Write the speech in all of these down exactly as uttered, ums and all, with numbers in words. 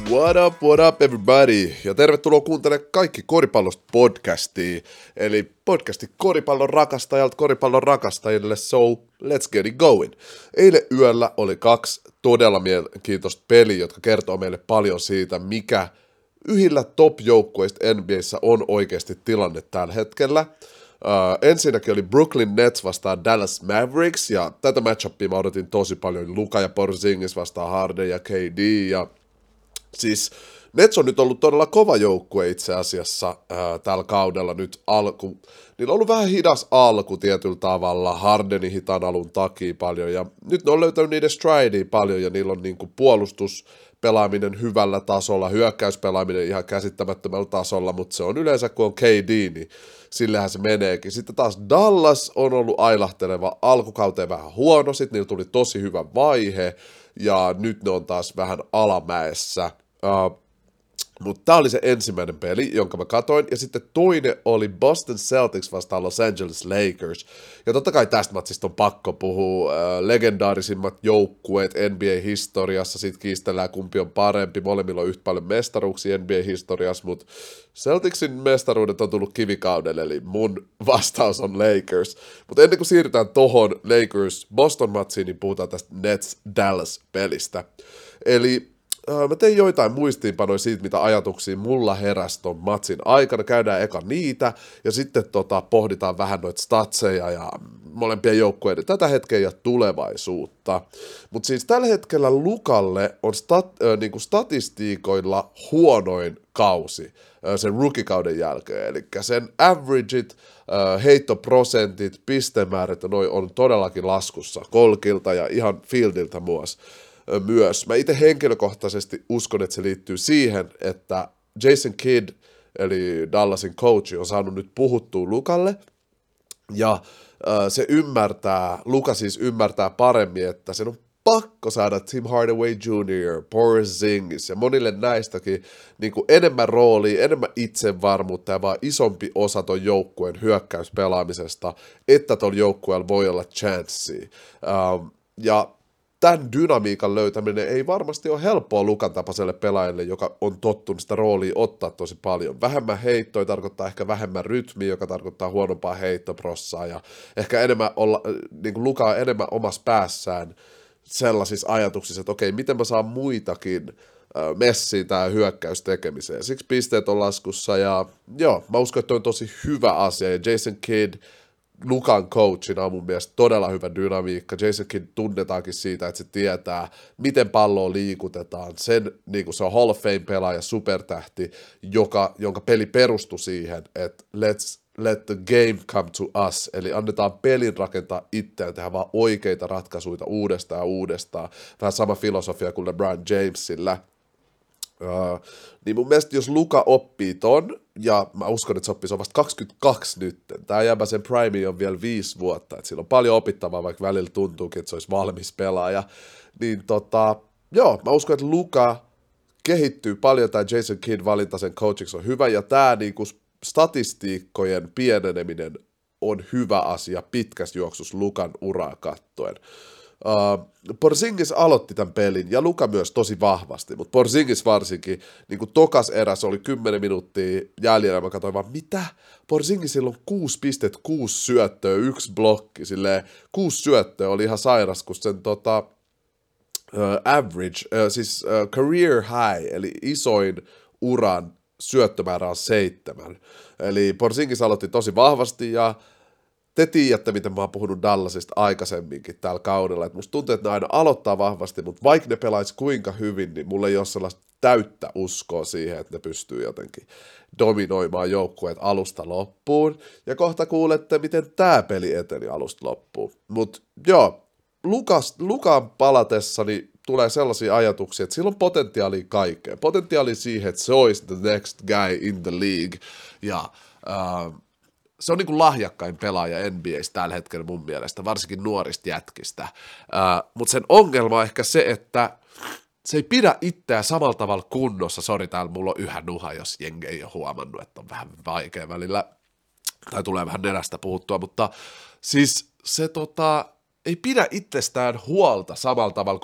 What up, what up everybody? Ja tervetuloa kuuntelemaan Kaikki koripallosta podcastia. Eli podcasti koripallon rakastajalta koripallon rakastajille, so let's get it going. Eilen yöllä oli kaksi todella mielenkiintoista peliä, jotka kertoo meille paljon siitä, mikä yhdillä top-joukkueista N B A:ssä on oikeasti tilanne tällä hetkellä. Uh, ensinnäkin oli Brooklyn Nets vastaan Dallas Mavericks, ja tätä matchupia mä odotin tosi paljon. Luka ja Porzingis vastaan Harden ja K D, ja siis Nets on nyt ollut todella kova joukkue itse asiassa äh, tällä kaudella nyt alku. Niillä on ollut vähän hidas alku tietyllä tavalla, Hardenin hitaan alun takia paljon, ja nyt ne on löytänyt niiden stridea paljon, ja niillä on niinku puolustuspelaaminen hyvällä tasolla, hyökkäyspelaaminen ihan käsittämättömällä tasolla, mutta se on yleensä, kun on K D, niin sillähän se meneekin. Sitten taas Dallas on ollut ailahteleva, alkukauteen vähän huono, sitten niillä tuli tosi hyvä vaihe, ja nyt ne on taas vähän alamäessä. Uh, Mutta tämä oli se ensimmäinen peli, jonka mä katoin, ja sitten toinen oli Boston Celtics vastaan Los Angeles Lakers. Ja totta kai tästä matsista on pakko puhua. Uh, legendaarisimmat joukkueet N B A-historiassa, siitä kiistellään kumpi on parempi, molemmilla on yhtä paljon mestaruuksia N B A-historiassa, mutta Celticsin mestaruudet on tullut kivikaudelle, eli mun vastaus on Lakers. Mutta ennen kuin siirrytään tohon Lakers-Boston-matsiin, niin puhutaan tästä Nets-Dallas-pelistä. Eli mä tein joitain muistiinpanoja siitä, mitä ajatuksia mulla heräsi ton matsin aikana. Käydään eka niitä, ja sitten tota, pohditaan vähän noita statseja ja molempien joukkueiden tätä hetkeä ja tulevaisuutta. Mutta siis tällä hetkellä Lukalle on stat, äh, niinku statistiikoilla huonoin kausi äh, sen rookie-kauden jälkeen. Eli sen averageit, äh, heittoprosentit, pistemäärät, noi on todellakin laskussa kolkilta ja ihan fieldiltä myös. Myös. Mä itse henkilökohtaisesti uskon, että se liittyy siihen, että Jason Kidd, eli Dallasin coach, on saanut nyt puhuttua Lukalle, ja äh, se ymmärtää, Luka siis ymmärtää paremmin, että sen on pakko saada Tim Hardaway junior, Porzingis ja monille näistäkin niin kuin enemmän roolia, enemmän itsevarmuutta ja vaan isompi osa ton joukkueen hyökkäyspelaamisesta, että ton joukkueella voi olla chanssi. Ähm, ja tämän dynamiikan löytäminen ei varmasti ole helppoa Lukan tapaiselle pelaajalle, joka on tottunut sitä roolia ottaa tosi paljon. Vähemmän heittoja tarkoittaa ehkä vähemmän rytmiä, joka tarkoittaa huonompaa heittoprossaa, ja ehkä enemmän olla, niin kuin Luka on enemmän omassa päässään sellaisissa ajatuksissa, että okei, miten mä saan muitakin äh, messiä tähän hyökkäystekemiseen. Siksi pisteet on laskussa, ja joo, mä uskon, että toi on tosi hyvä asia, ja Jason Kidd Lukan coachina on mun mielestä todella hyvä dynamiikka. Jason Kidd tunnetaankin siitä, että se tietää, miten palloa liikutetaan. Sen, niin kuin se on Hall of Fame-pelaaja, supertähti, joka, jonka peli perustui siihen, että let's let the game come to us, eli annetaan pelin rakentaa itseään, tehdä vaan oikeita ratkaisuja uudestaan ja uudestaan. Vähän sama filosofia kuin LeBron Jamesillä. Uh, niin mun mielestä jos Luka oppii ton, ja mä uskon, että se oppii, se on vasta kaksikymmentäkaksi nyt, tää jäbä sen prime on vielä viisi vuotta, että sillä on paljon opittavaa, vaikka välillä tuntuukin, että se olisi valmis pelaaja, niin tota, joo, mä uskon, että Luka kehittyy paljon, tai Jason Kidd valinta sen coachiksi on hyvä, ja tää niinku statistiikkojen pieneneminen on hyvä asia pitkässä juoksussa Lukan uraa kattoen. Uh, Porzingis aloitti tämän pelin, ja Luka myös tosi vahvasti, mutta Porzingis varsinkin, niin kuin tokas eräs oli kymmenen minuuttia jäljellä, mä katsoin vaan, mitä? Porzingisilla on kuusi pistettä, kuusi syöttöä, yksi blokki, silleen kuusi syöttöä oli ihan sairas, kun sen tota, uh, average, uh, siis uh, career high, eli isoin uran syöttömäärä on seitsemän. Eli Porzingis aloitti tosi vahvasti, ja te tiedätte, miten mä oon puhunut Dallasista aikaisemminkin tällä kaudella, että musta tuntuu, että ne aina aloittaa vahvasti, mutta vaikka ne pelaisi kuinka hyvin, niin mulla ei ole sellaista täyttä uskoa siihen, että ne pystyy jotenkin dominoimaan joukkueet alusta loppuun, ja kohta kuulette, miten tää peli eteni alusta loppuun. Mutta joo, Lukas, Lukan palatessani tulee sellaisia ajatuksia, että sillä on potentiaalia kaikkeen. Potentiaalia siihen, että se olisi the next guy in the league, ja Uh, se on niin kuin lahjakkain pelaaja N B A:ssä tällä hetkellä mun mielestä, varsinkin nuorista jätkistä. Uh, mutta sen ongelma on ehkä se, että se ei pidä itseä samalla tavalla kunnossa. Sori, täällä mulla on yhä nuha, jos jengi ei ole huomannut, että on vähän vaikea välillä, tai tulee vähän nenästä puhuttua, mutta siis se tota, ei pidä itsestään huolta samalla tavalla kuin vaikka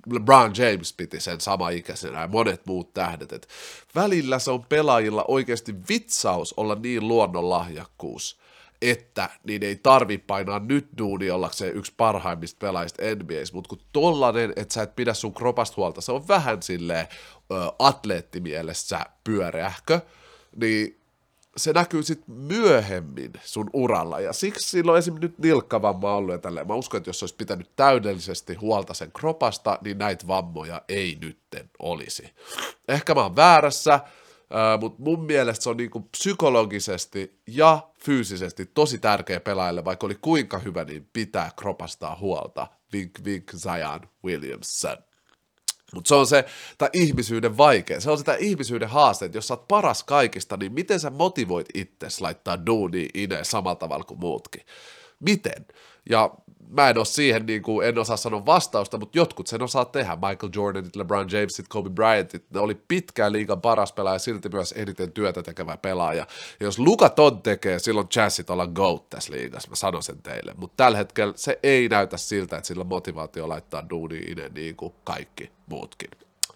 LeBron James piti sen samaikäisenä ja monet muut tähdet. Et välillä se on pelaajilla oikeasti vitsaus olla niin luonnonlahjakkuus, että niin ei tarvi painaa nyt duuni ollakseen yksi parhaimmista pelaajista N B A:ssä, mutta kun tollanen, että sä et pidä sun kropasta huolta, se on vähän silleen ö, atleettimielessä pyöreähkö, niin se näkyy sitten myöhemmin sun uralla, ja siksi sillä on esimerkiksi nyt nilkkavamma ollut ja tälleen. Mä uskon, että jos olisi pitänyt täydellisesti huolta sen kropasta, niin näitä vammoja ei nytten olisi. Ehkä mä oon väärässä, mutta mun mielestä se on niinku psykologisesti ja fyysisesti tosi tärkeä pelaajalle, vaikka oli kuinka hyvä, niin pitää kropastaa huolta. Vink, vink, Zion Williamson. Mutta se on se tämä ihmisyyden vaikea, se on sitä ihmisyyden haaste, että jos sä oot paras kaikista, niin miten sä motivoit itsesi laittaa duunia ineen samalla tavalla kuin muutkin? Miten? Ja mä en ole siihen, niin kuin, en osaa sanoa vastausta, mutta jotkut sen osaa tehdä. Michael Jordanit, LeBron Jamesit, Kobe Bryantit, ne oli pitkään liigan paras pelaaja, silti myös eniten työtä tekevä pelaaja. Ja jos Luka ton tekee, silloin Jazzit olla GOAT tässä liigassa, mä sanon sen teille. Mutta tällä hetkellä se ei näytä siltä, että sillä on motivaatio laittaa duunia ineen niin kuin kaikki muutkin.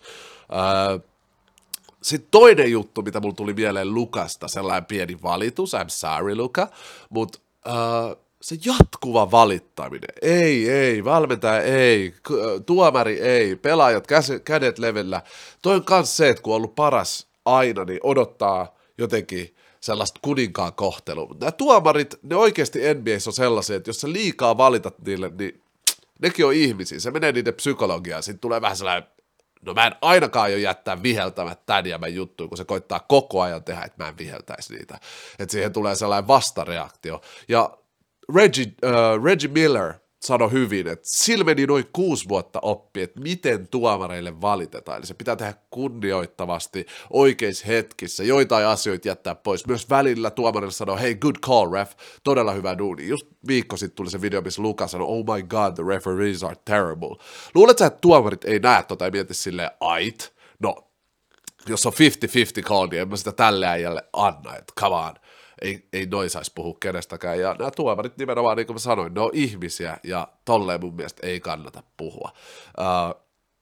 Öö, Sitten toinen juttu, mitä mulla tuli mieleen Lukasta, sellainen pieni valitus, I'm sorry Luka, mutta öö, se jatkuva valittaminen, ei, ei, valmentaja ei, tuomari ei, pelaajat käs- kädet levellä, toi on kans se, että kun on ollut paras aina, niin odottaa jotenkin sellaista kuninkaan kohtelua. Nämä tuomarit, ne oikeasti N B A:ssä on sellaisia, että jos sä liikaa valitat niille, niin nekin on ihmisiä, se menee niiden psykologiaan, sitten tulee vähän sellainen, no mä en ainakaan jo jättää viheltämät tän ja mä juttuun, kun se koittaa koko ajan tehdä, että mä en viheltäisi niitä. Että siihen tulee sellainen vastareaktio. Ja Reggie, uh, Reggie Miller sanoi hyvin, että sillä meni noin kuusi vuotta oppi, että miten tuomareille valitetaan. Eli se pitää tehdä kunnioittavasti oikeissa hetkissä, joitain asioita jättää pois. Myös välillä tuomarille sanoi, hei, good call, ref, todella hyvä duuni. Just viikko sitten tuli se video, missä Luka sanoi, oh my god, the referees are terrible. Luuletko sä, että tuomarit ei näe tota ja mieti silleen, ait? No, jos on viisikymmentä viisikymmentä call, niin en mä sitä tälle äijälle anna, että come on. Ei, ei noin saisi puhua kenestäkään, ja nämä tuomarit nimenomaan, niin kuin mä sanoin, ne on ihmisiä, ja tolleen mun mielestä ei kannata puhua. Uh,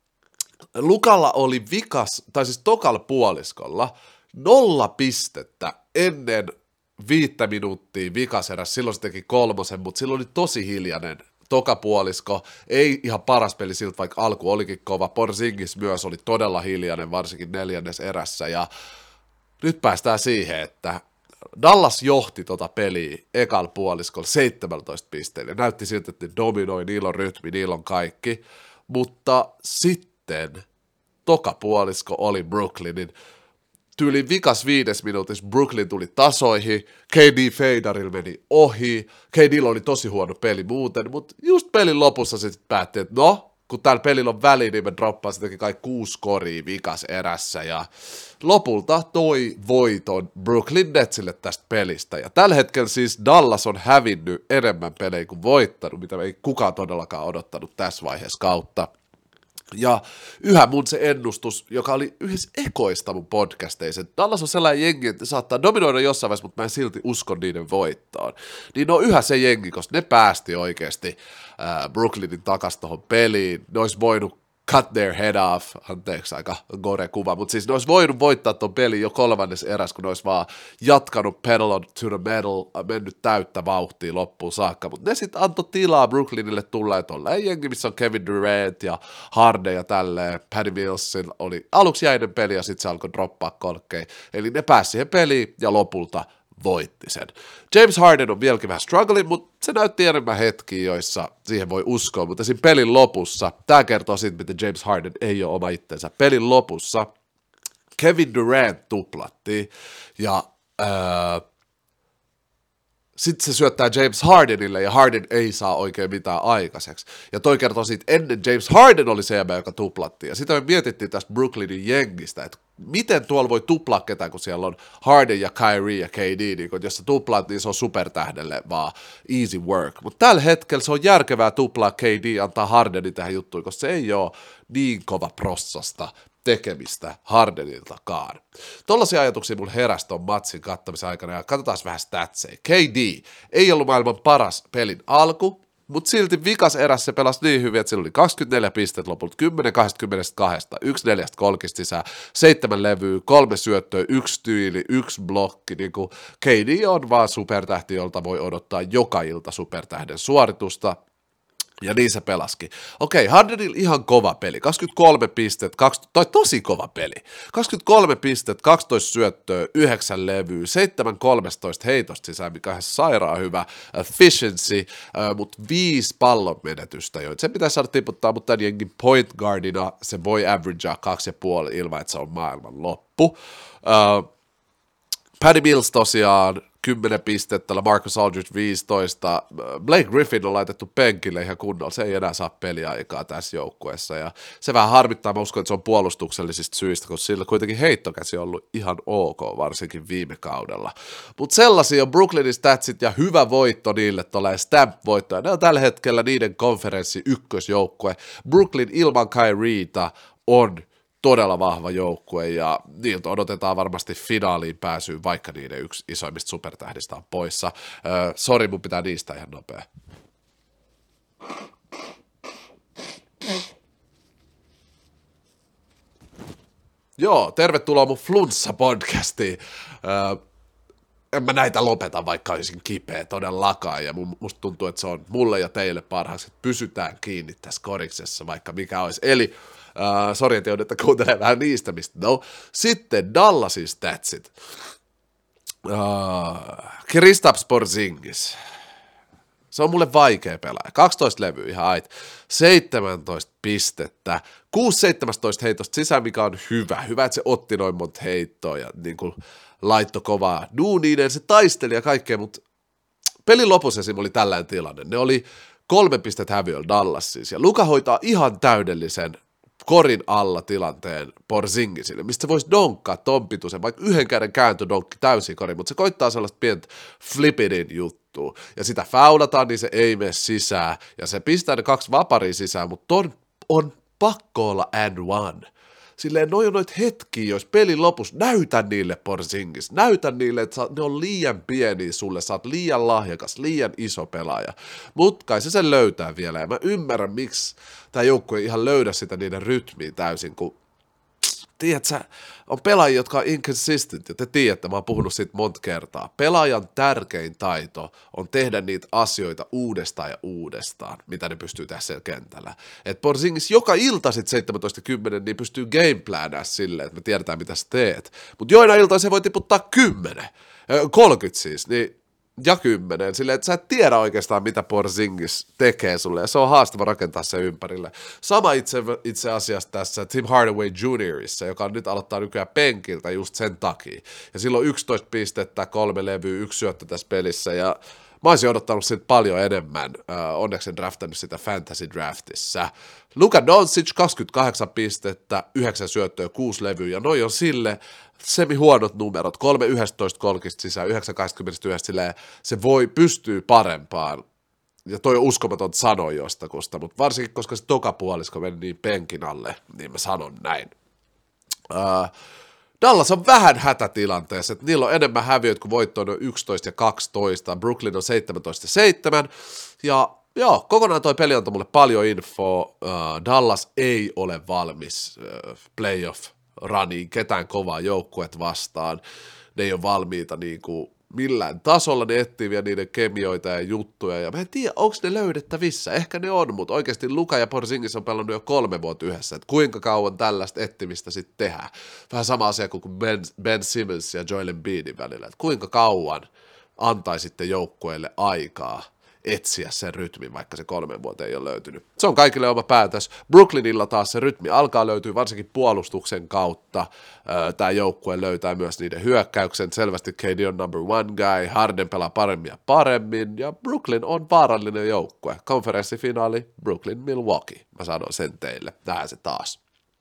Lukalla oli vikas, tai siis tokalla puoliskolla, nolla pistettä ennen viittä minuuttia vikaserässä, silloin se teki kolmosen, mutta silloin oli tosi hiljainen tokapuolisko, ei ihan paras peli siltä, vaikka alku olikin kova, Porzingis myös oli todella hiljainen, varsinkin neljännes erässä, ja nyt päästään siihen, että Dallas johti tota peliä ekalla puoliskolla seitsemäntoista pisteellä. Näytti siltä, että ne dominoi, niillä on rytmi, niillä on kaikki. Mutta sitten toka puolisko oli Brooklynin. Tyyliin vikas viides minuutissa Brooklyn tuli tasoihin, K D Faderilla meni ohi, K D:llä oli tosi huono peli muuten, mutta just pelin lopussa se sitten päätti, että no, kun täällä pelillä on väliin, niin me droppaan sittenkin kai kuusi koria vikas erässä, ja lopulta toi voiton Brooklyn Netsille tästä pelistä, ja tällä hetkellä siis Dallas on hävinnyt enemmän pelejä kuin voittanut, mitä ei kukaan todellakaan odottanut tässä vaiheessa kautta. Ja yhä mun se ennustus, joka oli yhdessä ekoista mun podcasteissa, että Dallas on sellainen jengi, että saattaa dominoida jossain vaiheessa, mutta mä en silti usko niiden voittoon. Niin on yhä se jengi, koska ne päästi oikeasti äh, Brooklynin takas tohon peliin, ne olisi voinut cut their head off, anteeksi aika gore kuva, mutta siis ne olisi voinut voittaa ton pelin jo kolmannes eräs, kun ne olisi vaan jatkanut pedal on to the metal, mennyt täyttä vauhtia loppuun saakka, mutta ne sitten antoi tilaa Brooklynille tulla, että ollaan jengi, missä on Kevin Durant ja Harden ja tälleen, Patty Millsin oli aluksi jäinen peli ja sitten se alkoi droppaa kolkkeja, eli ne pääsi siihen peliin ja lopulta voitti sen. James Harden on vieläkin vähän struggling, mutta se näytti enemmän hetkiä, joissa siihen voi uskoa, mutta siinä pelin lopussa, tämä kertoo siitä, miten James Harden ei ole oma itsensä. Pelin lopussa Kevin Durant tuplattiin, ja äh, sitten se syöttää James Hardenille, ja Harden ei saa oikein mitään aikaiseksi. Ja toi kertoo siitä, ennen James Harden oli se, joka tuplattiin. Ja sitten me mietittiin tästä Brooklynin jengistä, että miten tuolla voi tuplaa ketään, kun siellä on Harden ja Kyrie ja K D, niin kun jos sä tuplaat, niin se on supertähdelle vaan easy work. Mutta tällä hetkellä se on järkevää tuplaa K D, antaa Hardenin tähän juttuun, koska se ei ole niin kova prossasta tekemistä Hardeniltakaan. Tollaisia ajatuksia mun heräsi ton matsin kattamisen aikana, ja katsotaan vähän statseja. K D ei ollut maailman paras pelin alku, mutta silti vikas erässä se pelasi niin hyvin, että sillä oli kaksikymmentäneljä pistettä lopulta, kymmenen kaksikymmentäkaksi, yksi neljästä kolkista sisään, seitsemän levyä, kolme syöttöä, yksi tyyli, yksi blokki, niin kuin K D on vaan supertähti, jolta voi odottaa joka ilta supertähden suoritusta. Ja niin se pelaski. Okei, Hardenilla ihan kova peli. kaksikymmentäkolme pistet, kaksikymmentä, toi tosi kova peli. kaksikymmentäkolme pistet, kaksitoista syöttöä, yhdeksän levyä, seitsemän kolmetoista heitosta sisään, mikä on sairaan hyvä efficiency, mutta viisi pallon menetystä, joita se pitäisi saada tiputtaa, mutta tämän jengin point guardina se voi averagea kaksi ja puoli ilman, että se on maailman loppu. Uh, Patty Mills tosiaan kymmenen pistettä, Marcus Aldridge viisitoista, Blake Griffin on laitettu penkille ihan kunnolla, se ei enää saa peliaikaa tässä joukkueessa, ja se vähän harmittaa, mä uskon, että se on puolustuksellisista syistä, koska sillä kuitenkin heittokäsi on ollut ihan ok, varsinkin viime kaudella. Mutta sellaisia on Brooklynin statsit, ja hyvä voitto niille tulee Stamp-voitto, ja ne on tällä hetkellä niiden konferenssi ykkösjoukkue. Brooklyn ilman Kyrieta on todella vahva joukkue, ja niiltä odotetaan varmasti finaaliin pääsyä, vaikka niiden yksi isoimmista supertähdistä on poissa. Öö, sori, mun pitää niistä ihan nopea. Joo, tervetuloa mun Flunssa-podcastiin. Öö, en mä näitä lopeta, vaikka olisin kipeä todellakaan, ja musta tuntuu, että se on mulle ja teille parhaaksi, että pysytään kiinni tässä koriksessa, vaikka mikä olisi. Eli Uh, sori, että joudutte kuuntelemaan vähän niistä, mistä no. Sitten Dallasin statsit. Uh, Kristaps Porzingis. Se on mulle vaikea pelaaja. kaksitoista levyä ihan ait. seitsemäntoista pistettä. kuusi seitsemäntoista heitosta sisään, mikä on hyvä. Hyvä, että se otti noin monta heittoa ja niin kuin laittoi kovaa duuniin. Se taisteli ja kaikkea, mutta pelin lopussa esim. Oli tällainen tilanne. Ne oli kolme pistettä häviöllä Dallas siis. Ja Luka hoitaa ihan täydellisen korin alla tilanteen Porzingisille, mistä se voisi donkkaa ton pituisen, vaikka yhden käden kääntödonkki täysin korin, mutta se koittaa sellaista pientä flipidin juttua, ja sitä faulataan, niin se ei mene sisään, ja se pistää ne kaksi vaparia sisään, mutta ton on pakko olla and one. Silleen noi on noita hetkiä, jos pelin lopussa näytä niille Porzingis, näytä niille, että ne on liian pieniä sulle, sä oot liian lahjakas, liian iso pelaaja, mutta kai se sen löytää vielä, ja mä ymmärrän, miksi tämä joukkue ei ihan löydä sitä niiden rytmiä täysin, kun tiedät sä, on pelaajia, jotka on inconsistent, ja te tiedätte, mä oon puhunut siitä monta kertaa. Pelaajan tärkein taito on tehdä niitä asioita uudestaan ja uudestaan, mitä ne pystyy tässä kentällä. Et Porzingis joka ilta sitten seitsemäntoista kymmenen, niin pystyy gameplanaa silleen, että me tiedetään, mitä sä teet. Mutta joina ilta se voi tiputtaa kymmenen, kolmekymmentä siis, niin ja kymmenen, silleen, että sä et tiedä oikeastaan, mitä Porzingis tekee sulle, ja se on haastava rakentaa sen ympärille. Sama itse, itse asiassa tässä Tim Hardaway juniorissa, joka on nyt aloittaa nykyään penkiltä just sen takia. Ja silloin yksitoista pistettä, kolme levyä, yksi syöttö tässä pelissä, ja mä olisin odottanut siitä paljon enemmän. Uh, onneksi en draftannut sitä fantasy draftissa. Luka Doncic, kaksikymmentäkahdeksan pistettä, yhdeksän syöttöä, kuusi levyä, ja noi on sille semi-huonot numerot, kolme yksitoista kolkista sisään, yhdeksän kaksikymmentäyksi, silleen, se voi pystyä parempaan. Ja toi on uskomaton sanoa jostakusta, mutta varsinkin, koska se toka puolisko meni niin penkin alle, niin mä sanon näin. Uh, Dallas on vähän hätätilanteessa, että niillä on enemmän häviöitä kuin voittoja, on yksitoista ja kaksitoista, Brooklyn on seitsemäntoista ja seitsemän, ja joo, kokonaan toi peli antoi mulle paljon infoa, uh, Dallas ei ole valmis uh, playoff runiin ketään kovaa joukkuet vastaan, ne ei ole valmiita niinku millään tasolla, ne etsii vielä niiden kemioita ja juttuja, ja mä en tiedä, onko ne löydettävissä, ehkä ne on, mutta oikeasti Luka ja Porzingis on pelannut jo kolme vuotta yhdessä, että kuinka kauan tällaista etsimistä sitten tehdään, vähän sama asia kuin Ben, Ben Simmons ja Joel Embiidin välillä, että kuinka kauan antaisitte joukkueelle aikaa etsiä sen rytmin, vaikka se kolmen vuoteen ei ole löytynyt. Se on kaikille oma päätös. Brooklynilla taas se rytmi alkaa löytyä varsinkin puolustuksen kautta. Tämä joukkue löytää myös niiden hyökkäyksen. Selvästi K D on number one guy, Harden pelaa paremmin ja paremmin, ja Brooklyn on vaarallinen joukkue. Konferenssifinaali Brooklyn-Milwaukee. Mä sanon sen teille. Tähän se taas.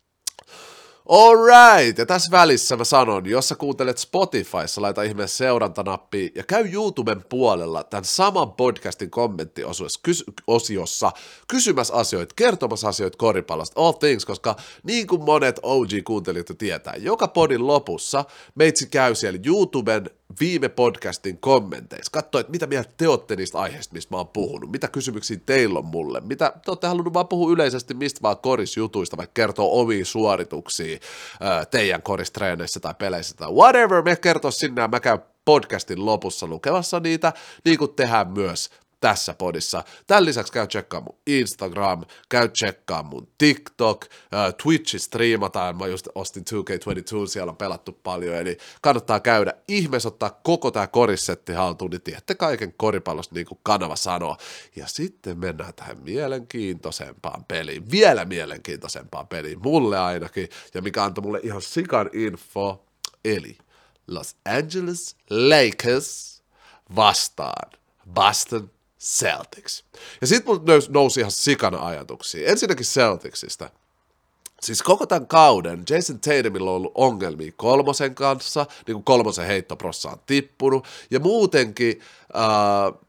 Alright, ja tässä välissä mä sanon, jos sä kuuntelet Spotifyssa, laita ihmeessä seurantanappia ja käy YouTuben puolella tämän saman podcastin kommenttiosiossa kysymässä asioita, kertomassa asioita koripallosta, all things, koska niin kuin monet O G-kuuntelijat jo tietää, joka podin lopussa meitsi käy siellä YouTuben viime podcastin kommenteissa, katsoa, että mitä mieltä te olette niistä aiheista, mistä mä oon puhunut, mitä kysymyksiä teillä on mulle, mitä te olette halunnut vaan puhua yleisesti mistä vaan korisjutuista, vaikka kertoa omia suorituksia ää, teidän koristreeneissä tai peleissä tai whatever, me kertoo sinne ja mä käyn podcastin lopussa lukemassa niitä, niin kuin tehdään myös tässä podissa. Tämän lisäksi käy tsekkaa mun Instagram, käy tsekkaa mun TikTok, äh, Twitchi striimataan, mä just ostin two K twenty-two, siellä on pelattu paljon, eli kannattaa käydä ihmeessä ottaa koko tää korissetti haltuun, niin tiedätte kaiken koripallosta niin kuin kanava sanoo. Ja sitten mennään tähän mielenkiintoisempaan peliin, vielä mielenkiintoisempaan peliin, mulle ainakin, ja mikä antoi mulle ihan sikan info, eli Los Angeles Lakers vastaan Boston Celtics. Ja sit mulle nousi ihan sikana ajatuksia. Ensinnäkin Celticsista. Siis koko tämän kauden Jason Tatumilla on ollut ongelmia kolmosen kanssa, niin kuin kolmosen heittoprossa on tippunut, ja muutenkin äh,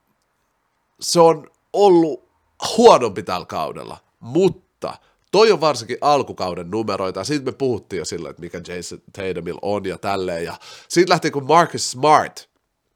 se on ollut huonompi tällä kaudella, mutta toi on varsinkin alkukauden numeroita, ja siitä me puhuttiin jo silloin, että mikä Jason Tatumilla on ja tälleen, ja siitä lähti kun Marcus Smart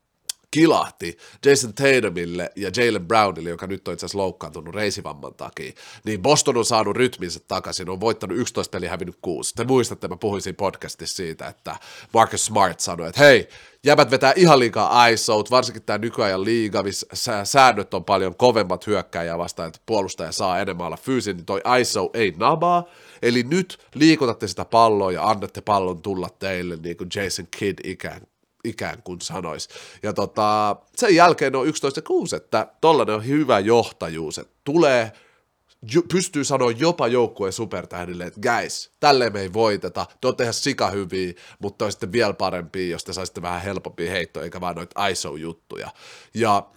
kilahti Jason Tatumille ja Jaylen Brownille, joka nyt on itse asiassa loukkaantunut reisivamman takia, niin Boston on saanut rytminsä takaisin, on voittanut yksitoista peliä, hävinnyt kuusi. Te muistatte, mä puhuin siinä podcastissa siitä, että Marcus Smart sanoi, että hei, jäbät vetää ihan liikaa I S O:t, varsinkin tämä nykyajan liiga, missä säännöt on paljon kovemmat hyökkääjää vastaan, että puolustaja saa enemmän olla fyysinen, niin toi I S O ei nabaa, eli nyt liikutatte sitä palloa ja annatte pallon tulla teille, niin kuin Jason Kidd ikään ikään kuin sanoisi. Ja tota, sen jälkeen on yksitoista kuusi, että tollainen on hyvä johtajuus, että tulee, jo, pystyy sanoa jopa joukkueen supertähdille, että guys, tälleen me ei voiteta, te olette ihan sikahyviä, mutta olisitte vielä parempia, jos te saisitte vähän helpompia heittoja, eikä vaan noita I S O-juttuja. Ja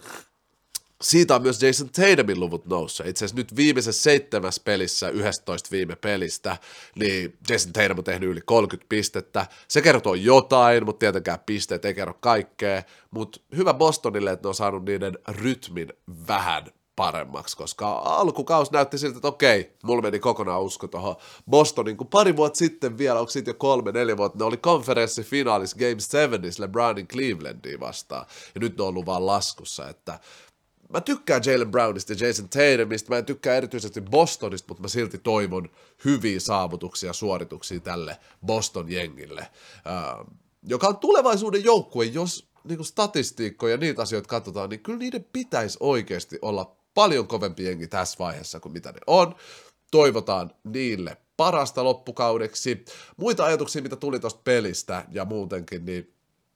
siitä on myös Jason Tatumin luvut noussut. Itse asiassa nyt viimeisessä seitsemässä pelissä, yksitoista viime pelistä, niin Jason Tatum on tehnyt yli kolmekymmentä pistettä. Se kertoo jotain, mutta tietenkään pisteet ei kerro kaikkea. Mutta hyvä Bostonille, että ne on saanut niiden rytmin vähän paremmaksi, koska alkukaus näytti siltä, että okei, mulla meni kokonaan usko tuohon Bostonin, kun pari vuotta sitten vielä, onko siitä jo kolme, neljä vuotta, ne oli konferenssifinaalissa Game seitsemässä LeBronin Clevelandia vastaan, ja nyt ne on ollut vaan laskussa, että mä tykkään Jaylen Brownista ja Jason Tatumista, mä en tykkää erityisesti Bostonista, mutta mä silti toivon hyviä saavutuksia ja suorituksia tälle Boston-jengille, äh, joka on tulevaisuuden joukkue, jos niin statistiikkoja ja niitä asioita katsotaan, niin kyllä niiden pitäisi oikeasti olla paljon kovempi jengi tässä vaiheessa kuin mitä ne on. Toivotaan niille parasta loppukaudeksi. Muita ajatuksia, mitä tuli tuosta pelistä ja muutenkin, niin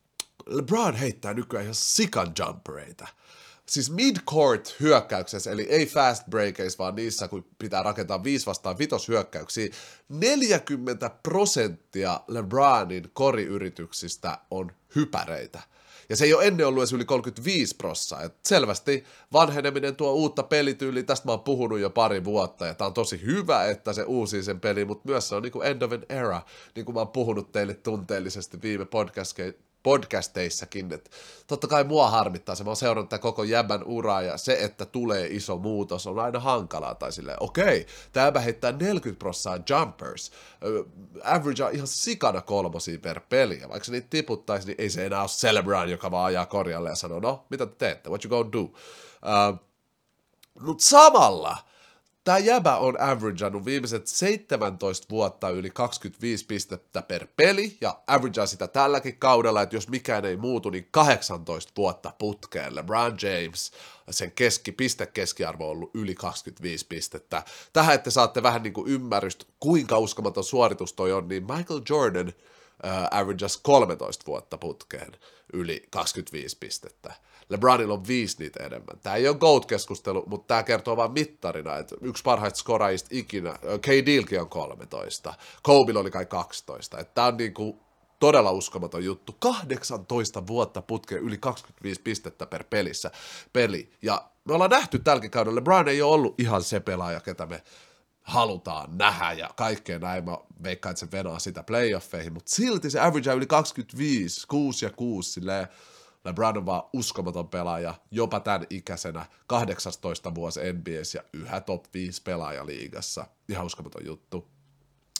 LeBron heittää nykyään ihan sikan jumpereita. Siis mid-court hyökkäyksessä, eli ei fast breakeissa, vaan niissä, kun pitää rakentaa viisi vastaan vitos hyökkäyksiä, neljäkymmentä prosenttia LeBronin koriyrityksistä on hypäreitä. Ja se ei ole ennen ollut edes yli kolmekymmentäviisi prosenttia. Et selvästi vanheneminen tuo uutta pelityyliä, tästä mä oon puhunut jo pari vuotta, ja tää on tosi hyvä, että se uusii sen pelin, mutta myös se on niin kuin end of an era, niin kuin mä oon puhunut teille tunteellisesti viime podcast- podcasteissakin, että totta kai mua harmittaa se, mä oon seurannut tämän koko jäbän uraa, ja se, että tulee iso muutos, on aina hankalaa, tai silleen, okei, tämä jäbä heittää neljäkymmentä prosenttia jumpers, average on ihan sikana kolmosia per peli, ja vaikka se niitä tiputtaisi, niin ei se enää ole Celebron, joka vaan ajaa korjalle ja sanoo, no, mitä te teette, what you gonna do? Uh, Mutta samalla, tämä jäbä on averageannut viimeiset seitsemäntoista vuotta yli kaksikymmentäviisi pistettä per peli, ja averagea sitä tälläkin kaudella, että jos mikään ei muutu, niin kahdeksantoista vuotta putkeen. LeBron James, sen keski, pistekeskiarvo on ollut yli kaksikymmentäviisi pistettä. Tähän, että saatte vähän niin kuin ymmärrystä, kuinka uskomaton suoritus toi on, niin Michael Jordan uh, averages kolmetoista vuotta putkeen yli kaksikymmentäviisi pistettä. LeBronilla on viisi niitä enemmän. Tämä ei ole GOAT-keskustelu, mutta tämä kertoo vain mittarina, että yksi parhaista skoraajista ikinä, K D:lkin on kolmetoista, Kobe oli kai kaksitoista. Tämä on niinku todella uskomaton juttu. kahdeksantoista vuotta putkeen yli kaksikymmentäviisi pistettä per pelissä peli. Ja me ollaan nähty tälläkin kaudella, LeBron ei ole ollut ihan se pelaaja, ketä me halutaan nähdä ja kaikkea näin. Mä veikkaan, että se venaa sitä playoffeihin, mutta silti se average yli kaksikymmentäviisi, kuusi ja kuusi, silleen LeBron on vaan uskomaton pelaaja, jopa tämän ikäisenä, kahdeksantoista vuosi N B A:ssä ja yhä top viisi pelaaja liigassa. Ihan uskomaton juttu.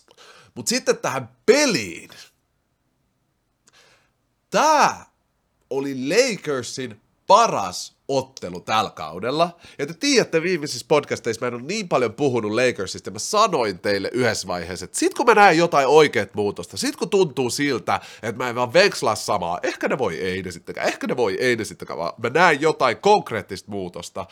Mutta sitten tähän peliin. Tää oli Lakersin paras ottelu tällä kaudella. Ja te tiedätte viimeisissä podcasteissa, mä en ole niin paljon puhunut Lakersista, ja mä sanoin teille yhdessä vaiheessa, että sit kun mä näen jotain oikeat muutosta, sit kun tuntuu siltä, että mä en vaan vekslaa samaa, ehkä ne voi ei ne sittenkään, ehkä ne voi ei ne sittenkään, vaan mä näen jotain konkreettista muutosta,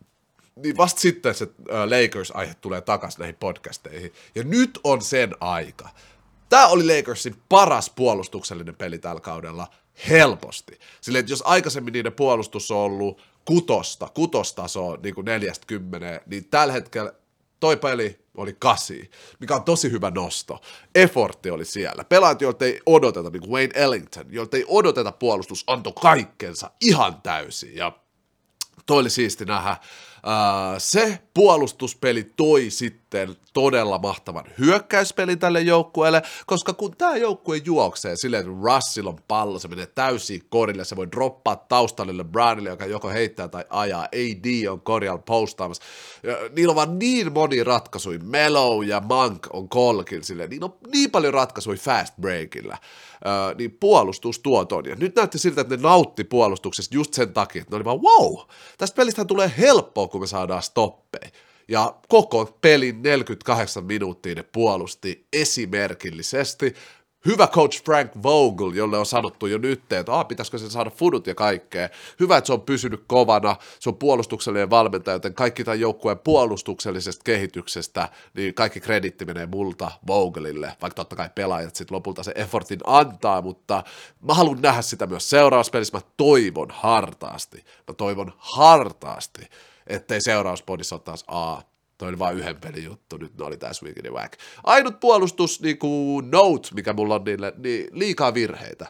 niin vasta sitten se Lakers-aihe tulee takaisin näihin podcasteihin. Ja nyt on sen aika. Tää oli Lakersin paras puolustuksellinen peli tällä kaudella helposti. Silleen, että jos aikaisemmin niiden puolustus on ollut kutosta, kutostasoa niin kuin neljästä kymmeneen, niin tällä hetkellä toi peli oli kasi, mikä on tosi hyvä nosto. Effortti oli siellä. Pelaajat, joilta ei odoteta, niin kuin Wayne Ellington, joilta ei odoteta puolustus, antoi kaikkensa ihan täysin. Ja toi oli siisti nähdä. Uh, se puolustuspeli toi sitten todella mahtavan hyökkäyspelin tälle joukkueelle, koska kun tämä joukkue juoksee silleen, että Russell on pallo, se menee täysin korille, se voi droppaa taustalle LeBronille, joka joko heittää tai ajaa, A D on korjalla postaamassa, niillä on vaan niin moni ratkaisuja, Melo ja Monk on kolkilla silleen, niillä on niin paljon ratkaisuja fast breakilla, uh, niin puolustus tuo ton, ja nyt näytti siltä, että ne nautti puolustuksesta just sen takia, että ne oli vaan wow, tästä pelistä tulee helppoa, kun me saadaan stoppeja. Ja koko pelin neljäkymmentäkahdeksan minuuttia ne puolusti esimerkillisesti. Hyvä coach Frank Vogel, jolle on sanottu jo nyt, että ah, pitäisikö se saada fudut ja kaikkea. Hyvä, että se on pysynyt kovana, se on puolustuksellinen valmentaja, joten kaikki tämän joukkueen puolustuksellisesta kehityksestä, niin kaikki krediitti menee multa Vogelille, vaikka totta kai pelaajat sitten lopulta se effortin antaa, mutta mä haluan nähdä sitä myös seuraavassa pelissä, mä toivon hartaasti, mä toivon hartaasti, ettei seurauspodissa ole taas A, toi oli vain yhden pelin juttu, nyt ne oli tää swingini whack. Ainut puolustus, niinku note, mikä mulla on niille, niin liikaa virheitä.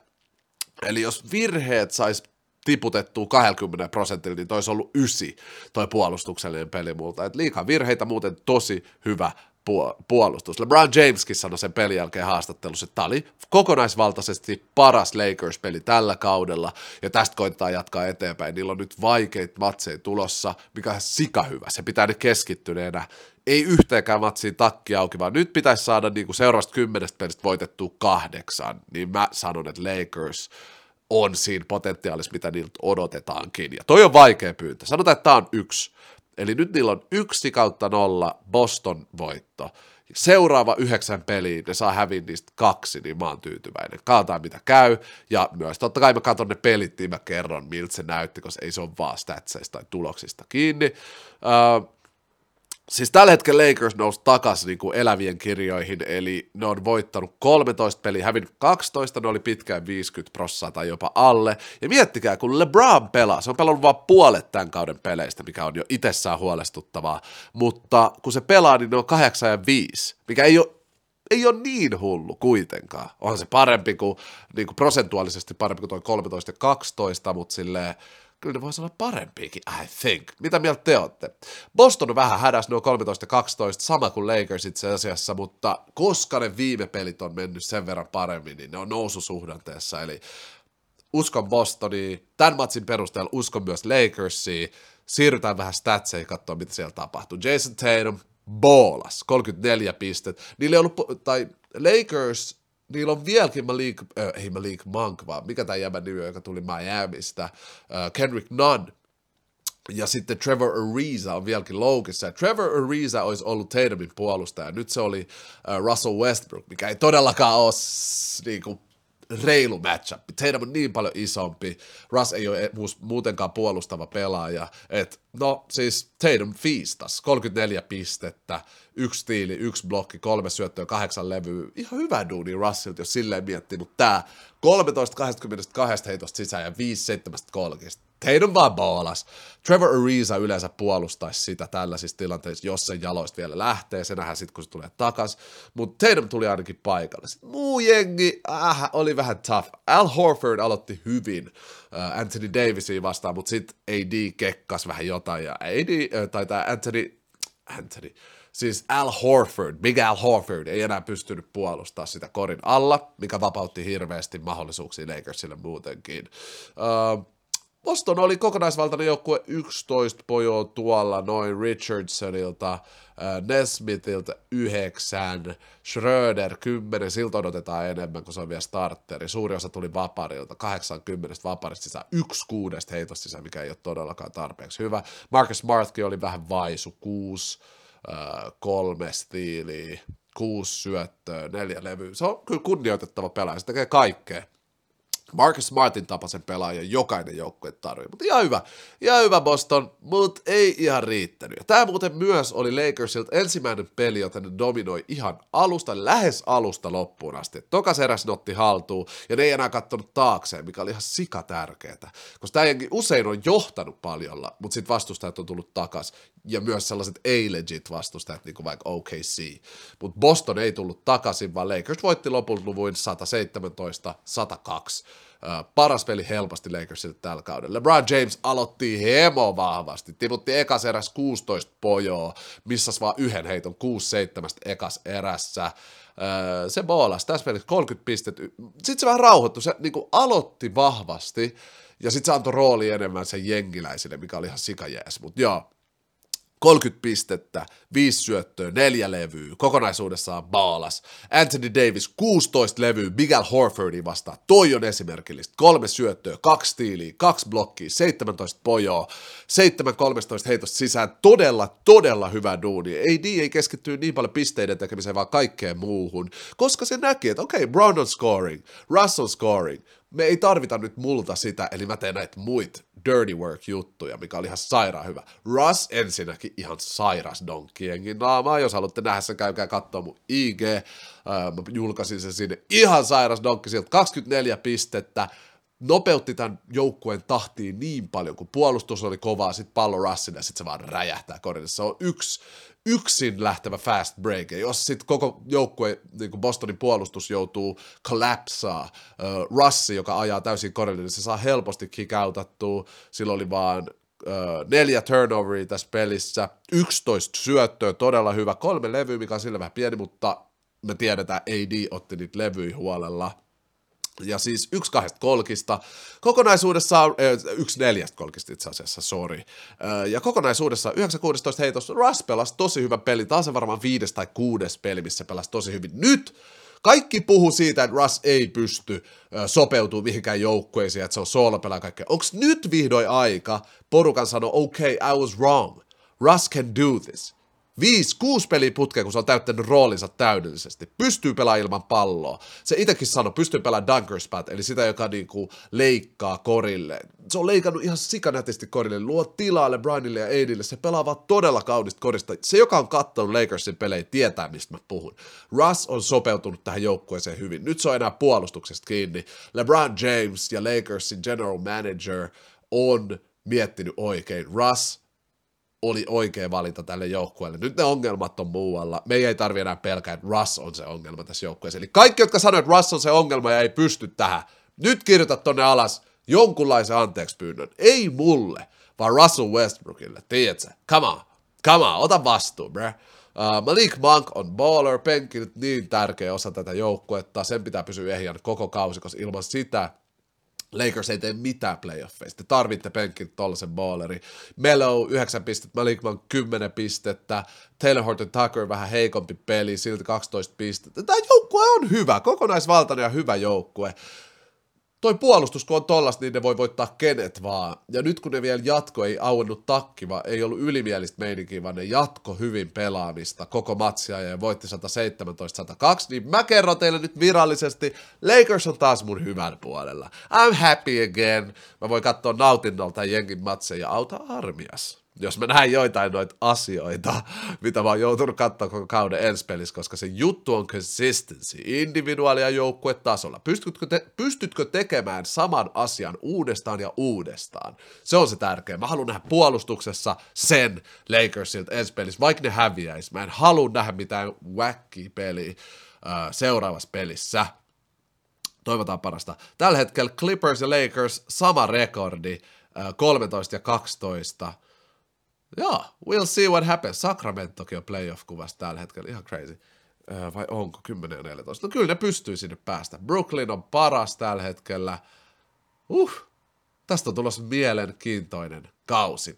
Eli jos virheet sais tiputettua kaksikymmentä prosentilla, niin toi olisi ollut ysi, toi puolustuksellinen peli multa. Et liikaa virheitä, muuten tosi hyvä puolustus. LeBron Jameskin sanoi sen pelin jälkeen haastattelussa, että tämä oli kokonaisvaltaisesti paras Lakers-peli tällä kaudella, ja tästä koitetaan jatkaa eteenpäin. Niillä on nyt vaikeita matseja tulossa, mikä on sika hyvä. Se pitää nyt keskittyneenä. Ei yhteenkään matsiin takki auki, vaan nyt pitäisi saada niinku seuraavasta kymmenestä pelistä voitettua kahdeksan, niin mä sanon, että Lakers on siinä potentiaalissa, mitä niiltä odotetaankin. Ja toi on vaikea pyyntö. Sanotaan, että tämä on yksi. Eli nyt niillä on yksi kautta nolla Boston voitto. Seuraava yhdeksän peliä, ne saa häviä niistä kaksi, niin mä oon tyytyväinen. Katsotaan mitä käy, ja myös totta kai mä katson ne pelit, niin mä kerron miltä se näytti, koska ei se ole vaan statseista tai tuloksista kiinni. Uh, Siis tällä hetkellä Lakers nousi takaisin niin kuin elävien kirjoihin, eli ne on voittanut kolmetoista peliä, hävinnyt kaksitoista, ne oli pitkään viisikymmentä prosenttia tai jopa alle. Ja miettikää, kun LeBron pelaa, se on pelannut vain puolet tämän kauden peleistä, mikä on jo itsessään huolestuttavaa, mutta kun se pelaa, niin ne on kahdeksan ja viisi, mikä ei ole ei ole niin hullu kuitenkaan. Onhan se parempi kuin, niin kuin prosentuaalisesti parempi kuin toi kolmetoista ja kaksitoista, mutta silleen, kyllä ne voisi olla parempiakin, I think. Mitä mieltä te olette? Boston on vähän hädässä, ne on kolmetoista kaksitoista, sama kuin Lakers itse asiassa, mutta koska ne viime pelit on mennyt sen verran paremmin, niin ne on noususuhdanteessa, eli uskon Bostoniin, tämän matsin perusteella uskon myös Lakersiin, siirrytään vähän statseihin katsoa, mitä siellä tapahtuu. Jason Tatum, ballas, kolmekymmentäneljä pistettä, niillä ei ollut, tai Lakers, niillä on vieläkin Malik, äh, ei Malik Monk, vaan mikä tämä jäbän nimi, joka tuli Miamista, äh, Kendrick Nunn, ja sitten Trevor Ariza on vieläkin loukissa, ja Trevor Ariza olisi ollut Tatumin puolustaja, nyt se oli äh, Russell Westbrook, mikä ei todellakaan ole niinku reilu matchup. Tatum on niin paljon isompi, Russ ei ole muutenkaan puolustava pelaaja, että no siis Tatum fiistas, kolmekymmentäneljä pistettä, yksi tiili, yksi blokki, kolme syöttöä, kahdeksan levyä, ihan hyvä duuni Russilta, jos silleen miettii, mutta tää kolmetoista kaksikymmentäkaksi heitosta sisään ja viisi seitsemästä kolkista. Tatum vaan boolas. Trevor Ariza yleensä puolustaisi sitä tällaisissa tilanteissa, jos sen jaloista vielä lähtee, se nähdään sitten, kun se tulee takas, mutta Tatum tuli ainakin paikalle. Sitten muu jengi äh, oli vähän tough. Al Horford aloitti hyvin uh, Anthony Davisia vastaan, mutta sitten A D kekkas vähän jotain, ja A D, uh, tai tämä Anthony, Anthony, siis Al Horford, Big Al Horford ei enää pystynyt puolustamaan sitä korin alla, mikä vapautti hirveästi mahdollisuuksia Lakersille muutenkin. Uh, Boston oli kokonaisvaltainen joukkue yksitoista pojoa tuolla noin Richardsonilta, äh, Nesmithiltä yhdeksän, Schröder kymmenen, siltä odotetaan enemmän, kun se on vielä starteri. Suuri osa tuli vaparilta, kahdeksankymmentä vaparista sisään, yksi kuudesta heitosta sisään, mikä ei ole todellakaan tarpeeksi hyvä. Marcus Smartkin oli vähän vaisu, kuusi, äh, kolme stiiliä, kuusi syöttöä, neljä levyä. Se on kyllä kunnioitettava pelaaja, se tekee kaikkea. Marcus Smartin tapaisen pelaajan jokainen joukkue tarvii, mutta ihan hyvä, ihan hyvä Boston, mutta ei ihan riittänyt. Ja tämä muuten myös oli Lakersilta ensimmäinen peli, jota ne dominoi ihan alusta, lähes alusta loppuun asti. Tokas eräs ne otti haltuun, ja ne ei enää katsonut taakseen, mikä oli ihan sika tärkeää. Koska tämä jengi usein on johtanut paljolla, mutta sitten vastustajat on tullut takas, ja myös sellaiset ei-legit vastustajat, niin kuin vaikka O K C. Mutta Boston ei tullut takaisin, vaan Lakers voitti lopulta luvuin sata seitsemäntoista sata kaksi. Uh, paras peli helposti Lakersille tällä kaudella. LeBron James aloitti hemo vahvasti, tiputti ekas eräs kuusitoista pojoa, missas vaan yhden heiton kuusi seitsemän ekas erässä. Uh, se boolasi tässä pelissä kolmekymmentä pistettä. Sitten se vähän rauhoittui, se niin kuin aloitti vahvasti, ja sitten se antoi rooli enemmän sen jengiläisille, mikä oli ihan sikajees, mutta joo. kolmekymmentä pistettä, viisi syöttöä, neljä levyä, kokonaisuudessaan baalas. Anthony Davis, kuusitoista levyä, Miguel Horfordia vastaan. Toi on esimerkillistä. Kolme syöttöä, kaksi stiiliä, kaksi blokkia, seitsemäntoista pojoa, seitsemän kolmetoista heitosta sisään. Todella, todella hyvä duuni. A D ei keskittyy niin paljon pisteiden tekemiseen, vaan kaikkeen muuhun, koska se näki, että okei, okay, Brown on scoring, Russ on scoring. Me ei tarvita nyt multa sitä, eli mä teen näitä muita dirty work-juttuja, mikä oli ihan sairaan hyvä. Russ ensinnäkin ihan sairas donkkienkin naamaa, jos haluatte nähdä sen, käykää katsoa mun I G, äh, mä julkaisin sen sinne, ihan sairas donkki sieltä, kaksikymmentäneljä pistettä, nopeutti tämän joukkueen tahtiin niin paljon, kun puolustus oli kovaa, sit pallo Russille ja sit se vaan räjähtää korille. Se on yksi yksin lähtevä fast break, ja jos sitten koko joukkue, niin kuin Bostonin puolustus joutuu collapsaa, uh, Russi, joka ajaa täysin korille, niin se saa helposti kick-outattua, sillä oli vaan uh, neljä turnoveria tässä pelissä, yksitoista syöttöä, todella hyvä, kolme levyä, mikä on sillä vähän pieni, mutta me tiedetään, A D otti niitä levyjä huolella. Ja siis yksi kahdesta kolkista, kokonaisuudessaan, äh, yksi neljästä kolkista itse asiassa, sorry, äh, ja kokonaisuudessaan yhdeksän kuusitoista heitossa Russ pelasi tosi hyvä peli, taas on varmaan viides tai kuudes peli, missä pelasi tosi hyvin. Nyt kaikki puhuu siitä, että Russ ei pysty äh, sopeutumaan mihinkään joukkueisiin, että se on soolopelaaja ja kaikkea. Onko nyt vihdoin aika porukan sanoa, okay, I was wrong, Russ can do this. Viisi, kuusi peliä putkeen, kun se on täyttänyt roolinsa täydellisesti. Pystyy pelaamaan ilman palloa. Se itsekin sanoi, pystyy pelaamaan dunkerspat, eli sitä, joka niinku leikkaa korille. Se on leikannut ihan sikanätisti korille, luo tilaa LeBronille ja Adille. Se pelaa vaan todella kaunista korista. Se, joka on katsonut Lakersin pelejä, tietää, mistä mä puhun. Russ on sopeutunut tähän joukkueeseen hyvin. Nyt se on enää puolustuksesta kiinni. LeBron James ja Lakersin general manager on miettinyt oikein. Russ oli oikea valinta tälle joukkueelle. Nyt ne ongelmat on muualla. Me ei tarvitse enää pelkää, että Russ on se ongelma tässä joukkueessa. Eli kaikki, jotka sanoivat, että Russ on se ongelma ja ei pysty tähän, nyt kirjoita tonne alas jonkunlaisen anteeksi pyynnön. Ei mulle, vaan Russell Westbrookille. Tiedätkö? Come on. Come on. Ota vastuu, bruh. Uh, Malik Monk on baller, penkiltä niin tärkeä osa tätä joukkuetta. Sen pitää pysyä ehjän koko kausi, koska ilman sitä Lakers ei tee mitään playoffeista. Te tarvitte penkiltä tollasen balleri. Melo yhdeksän pistettä, Malik Monk kymmenen pistettä, Taylor Horton Tucker vähän heikompi peli, silti kaksitoista pistettä. Tämä joukkue on hyvä, kokonaisvaltainen ja hyvä joukkue. Toi puolustus, kun on tollasta, niin ne voi voittaa kenet vaan. Ja nyt kun ne vielä jatko, ei auennut takki, vaan ei ollut ylimielistä meininkiä, vaan ne jatko hyvin pelaamista koko matsia ja voitti sata seitsemäntoista sata kaksi, niin mä kerron teille nyt virallisesti, Lakers on taas mun hyvän puolella. I'm happy again. Mä voin katsoa nautinnolta jengin matseja ja auta armias. Jos mä näen joitain noita asioita, mitä mä oon joutunut katsoa koko kauden ensi pelissä, koska se juttu on consistency, individuaalia joukkuetasolla. Pystytkö, te, pystytkö tekemään saman asian uudestaan ja uudestaan? Se on se tärkeä. Mä haluan nähdä puolustuksessa sen Lakersilta ensi pelissä, vaikka ne häviäisi. Mä en halua nähdä mitään wackia peliä äh, seuraavassa pelissä. Toivotaan parasta. Tällä hetkellä Clippers ja Lakers sama rekordi, äh, kolmetoista ja kaksitoista. Joo, we'll see what happens. Sacramentokin on playoff-kuvassa tällä hetkellä, ihan crazy. Öö, vai onko kymmenen ja neljätoista? No kyllä ne pystyy sinne päästä. Brooklyn on paras tällä hetkellä. Uh, tästä on tulossa mielenkiintoinen kausi.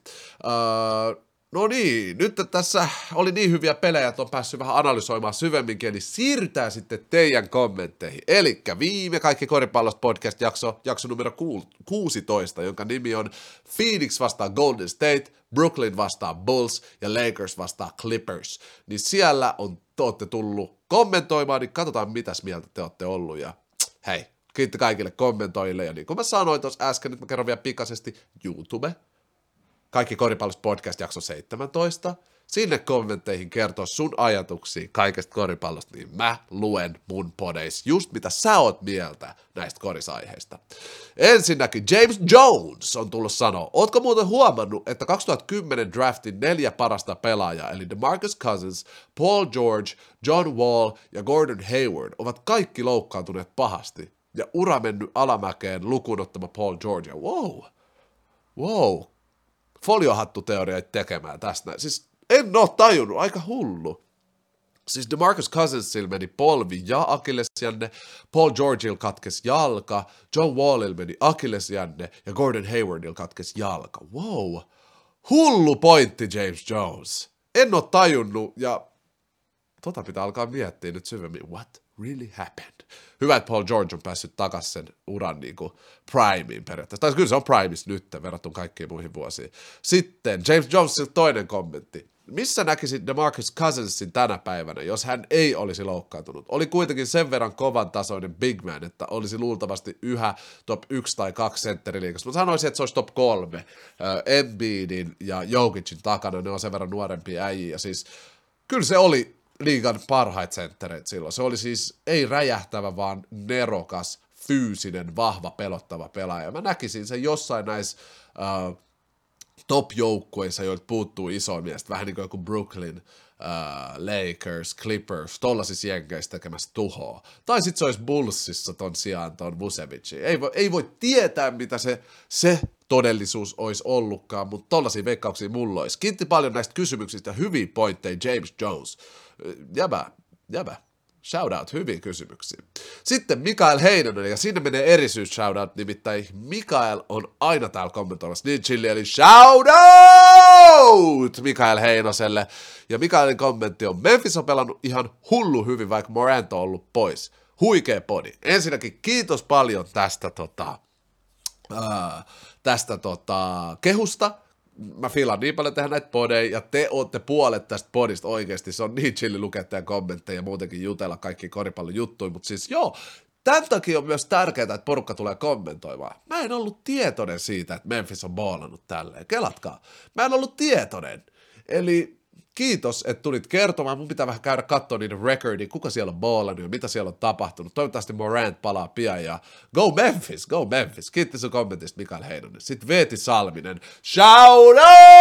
Öö, no niin, nyt tässä oli niin hyviä pelejä, että on päässyt vähän analysoimaan syvemminkin, eli siirrytään sitten teidän kommentteihin. Elikkä viime Kaikki koripallosta podcast jakso, jakso numero kuusitoista, jonka nimi on Phoenix vastaa Golden State, Brooklyn vastaa Bulls ja Lakers vastaa Clippers. Niin siellä on, te olette tullut kommentoimaan, niin katsotaan mitäs mieltä te olette ollut ja hei, kiitti kaikille kommentoijille ja niin kuin mä sanoin tuossa äsken, nyt mä kerron vielä pikaisesti YouTube. Kaikki koripallosta podcast jakso seitsemäntoista. Sinne kommentteihin kertoo sun ajatuksia kaikesta koripallosta, niin mä luen mun podeissa just mitä sä oot mieltä näistä korisaiheista. Ensinnäkin James Jones on tullut sanoa, ootko muuten huomannut, että kaksituhattakymmenen draftin neljä parasta pelaajaa, eli DeMarcus Cousins, Paul George, John Wall ja Gordon Hayward, ovat kaikki loukkaantuneet pahasti ja ura mennyt alamäkeen lukuun ottama Paul George. Wow, wow. Foliohattuteorioita tekemään tästä näin. Siis en oo tajunnut, aika hullu. Siis DeMarcus Cousinsilla meni polvi ja akillesjänne, Paul Georgeilla katkesi jalka, John Wallilla meni akillesjänne ja Gordon Haywardilla katkesi jalka. Wow. Hullu pointti, James Jones. En oo tajunnut ja tota pitää alkaa miettiä nyt syvemmin. What really happened? Hyvä, että Paul George on päässyt takaisin sen uran niin kuin primeen periaatteessa. Tai kyllä se on primeissa nyt verrattuna kaikkiin muihin vuosiin. Sitten James Jonesilta toinen kommentti. Missä näkisit DeMarcus Cousinsin tänä päivänä, jos hän ei olisi loukkaantunut? Oli kuitenkin sen verran kovan tasoinen big man, että olisi luultavasti yhä top yksi tai kaksi sentteriliigassa. Mä sanoisin, että se olisi top kolme. Äh, Embiidin ja Jokicin takana, ne on sen verran nuorempia äijiä. Siis kyllä se oli liigan parhaita senttereitä silloin. Se oli siis ei räjähtävä, vaan nerokas, fyysinen, vahva, pelottava pelaaja. Mä näkisin sen jossain näissä uh, top-joukkueissa, joilta puuttuu isoja miestä, vähän niin kuin joku Brooklyn, uh, Lakers, Clippers, tollaisissa jenkeissä tekemässä tuhoa. Tai sitten se olisi Bullsissa ton sijaan ton Vucevicin. Ei voi, ei voi tietää, mitä se, se todellisuus olisi ollutkaan, mutta tollaisia veikkauksia mulla olisi. Kiitti paljon näistä kysymyksistä ja hyviä pointteja James Jones. Jäbä, jäbä. Shoutout, hyviä kysymyksiä. Sitten Mikael Heinonen, ja sinne menee erisyys shoutout, nimittäin Mikael on aina täällä kommentoimassa niin chilli, eli shoutout Mikael Heinoselle. Ja Mikaelin kommentti on, Memphis on pelannut ihan hullu hyvin, vaikka Morant on ollut pois. Huikea podi. Ensinnäkin kiitos paljon tästä, tota, ää, tästä tota, kehusta. Mä fiilan niin paljon tehdä näitä podeja, ja te ootte puolet tästä podista oikeasti. Se on niin chilli lukea teidän kommentteja ja muutenkin jutella kaikki koripallon juttuja, mutta siis joo, tämän takia on myös tärkeää, että porukka tulee kommentoimaan. Mä en ollut tietoinen siitä, että Memphis on ballannut tälleen. Kelatkaa. Mä en ollut tietoinen. Eli kiitos, että tulit kertomaan. Mun pitää vähän käydä katsoa niiden recordia, kuka siellä on ballannut ja mitä siellä on tapahtunut. Toivottavasti Morant palaa pian ja go Memphis, go Memphis. Kiitti sun kommentista Mikael Heinonen. Sitten Veeti Salminen. Shout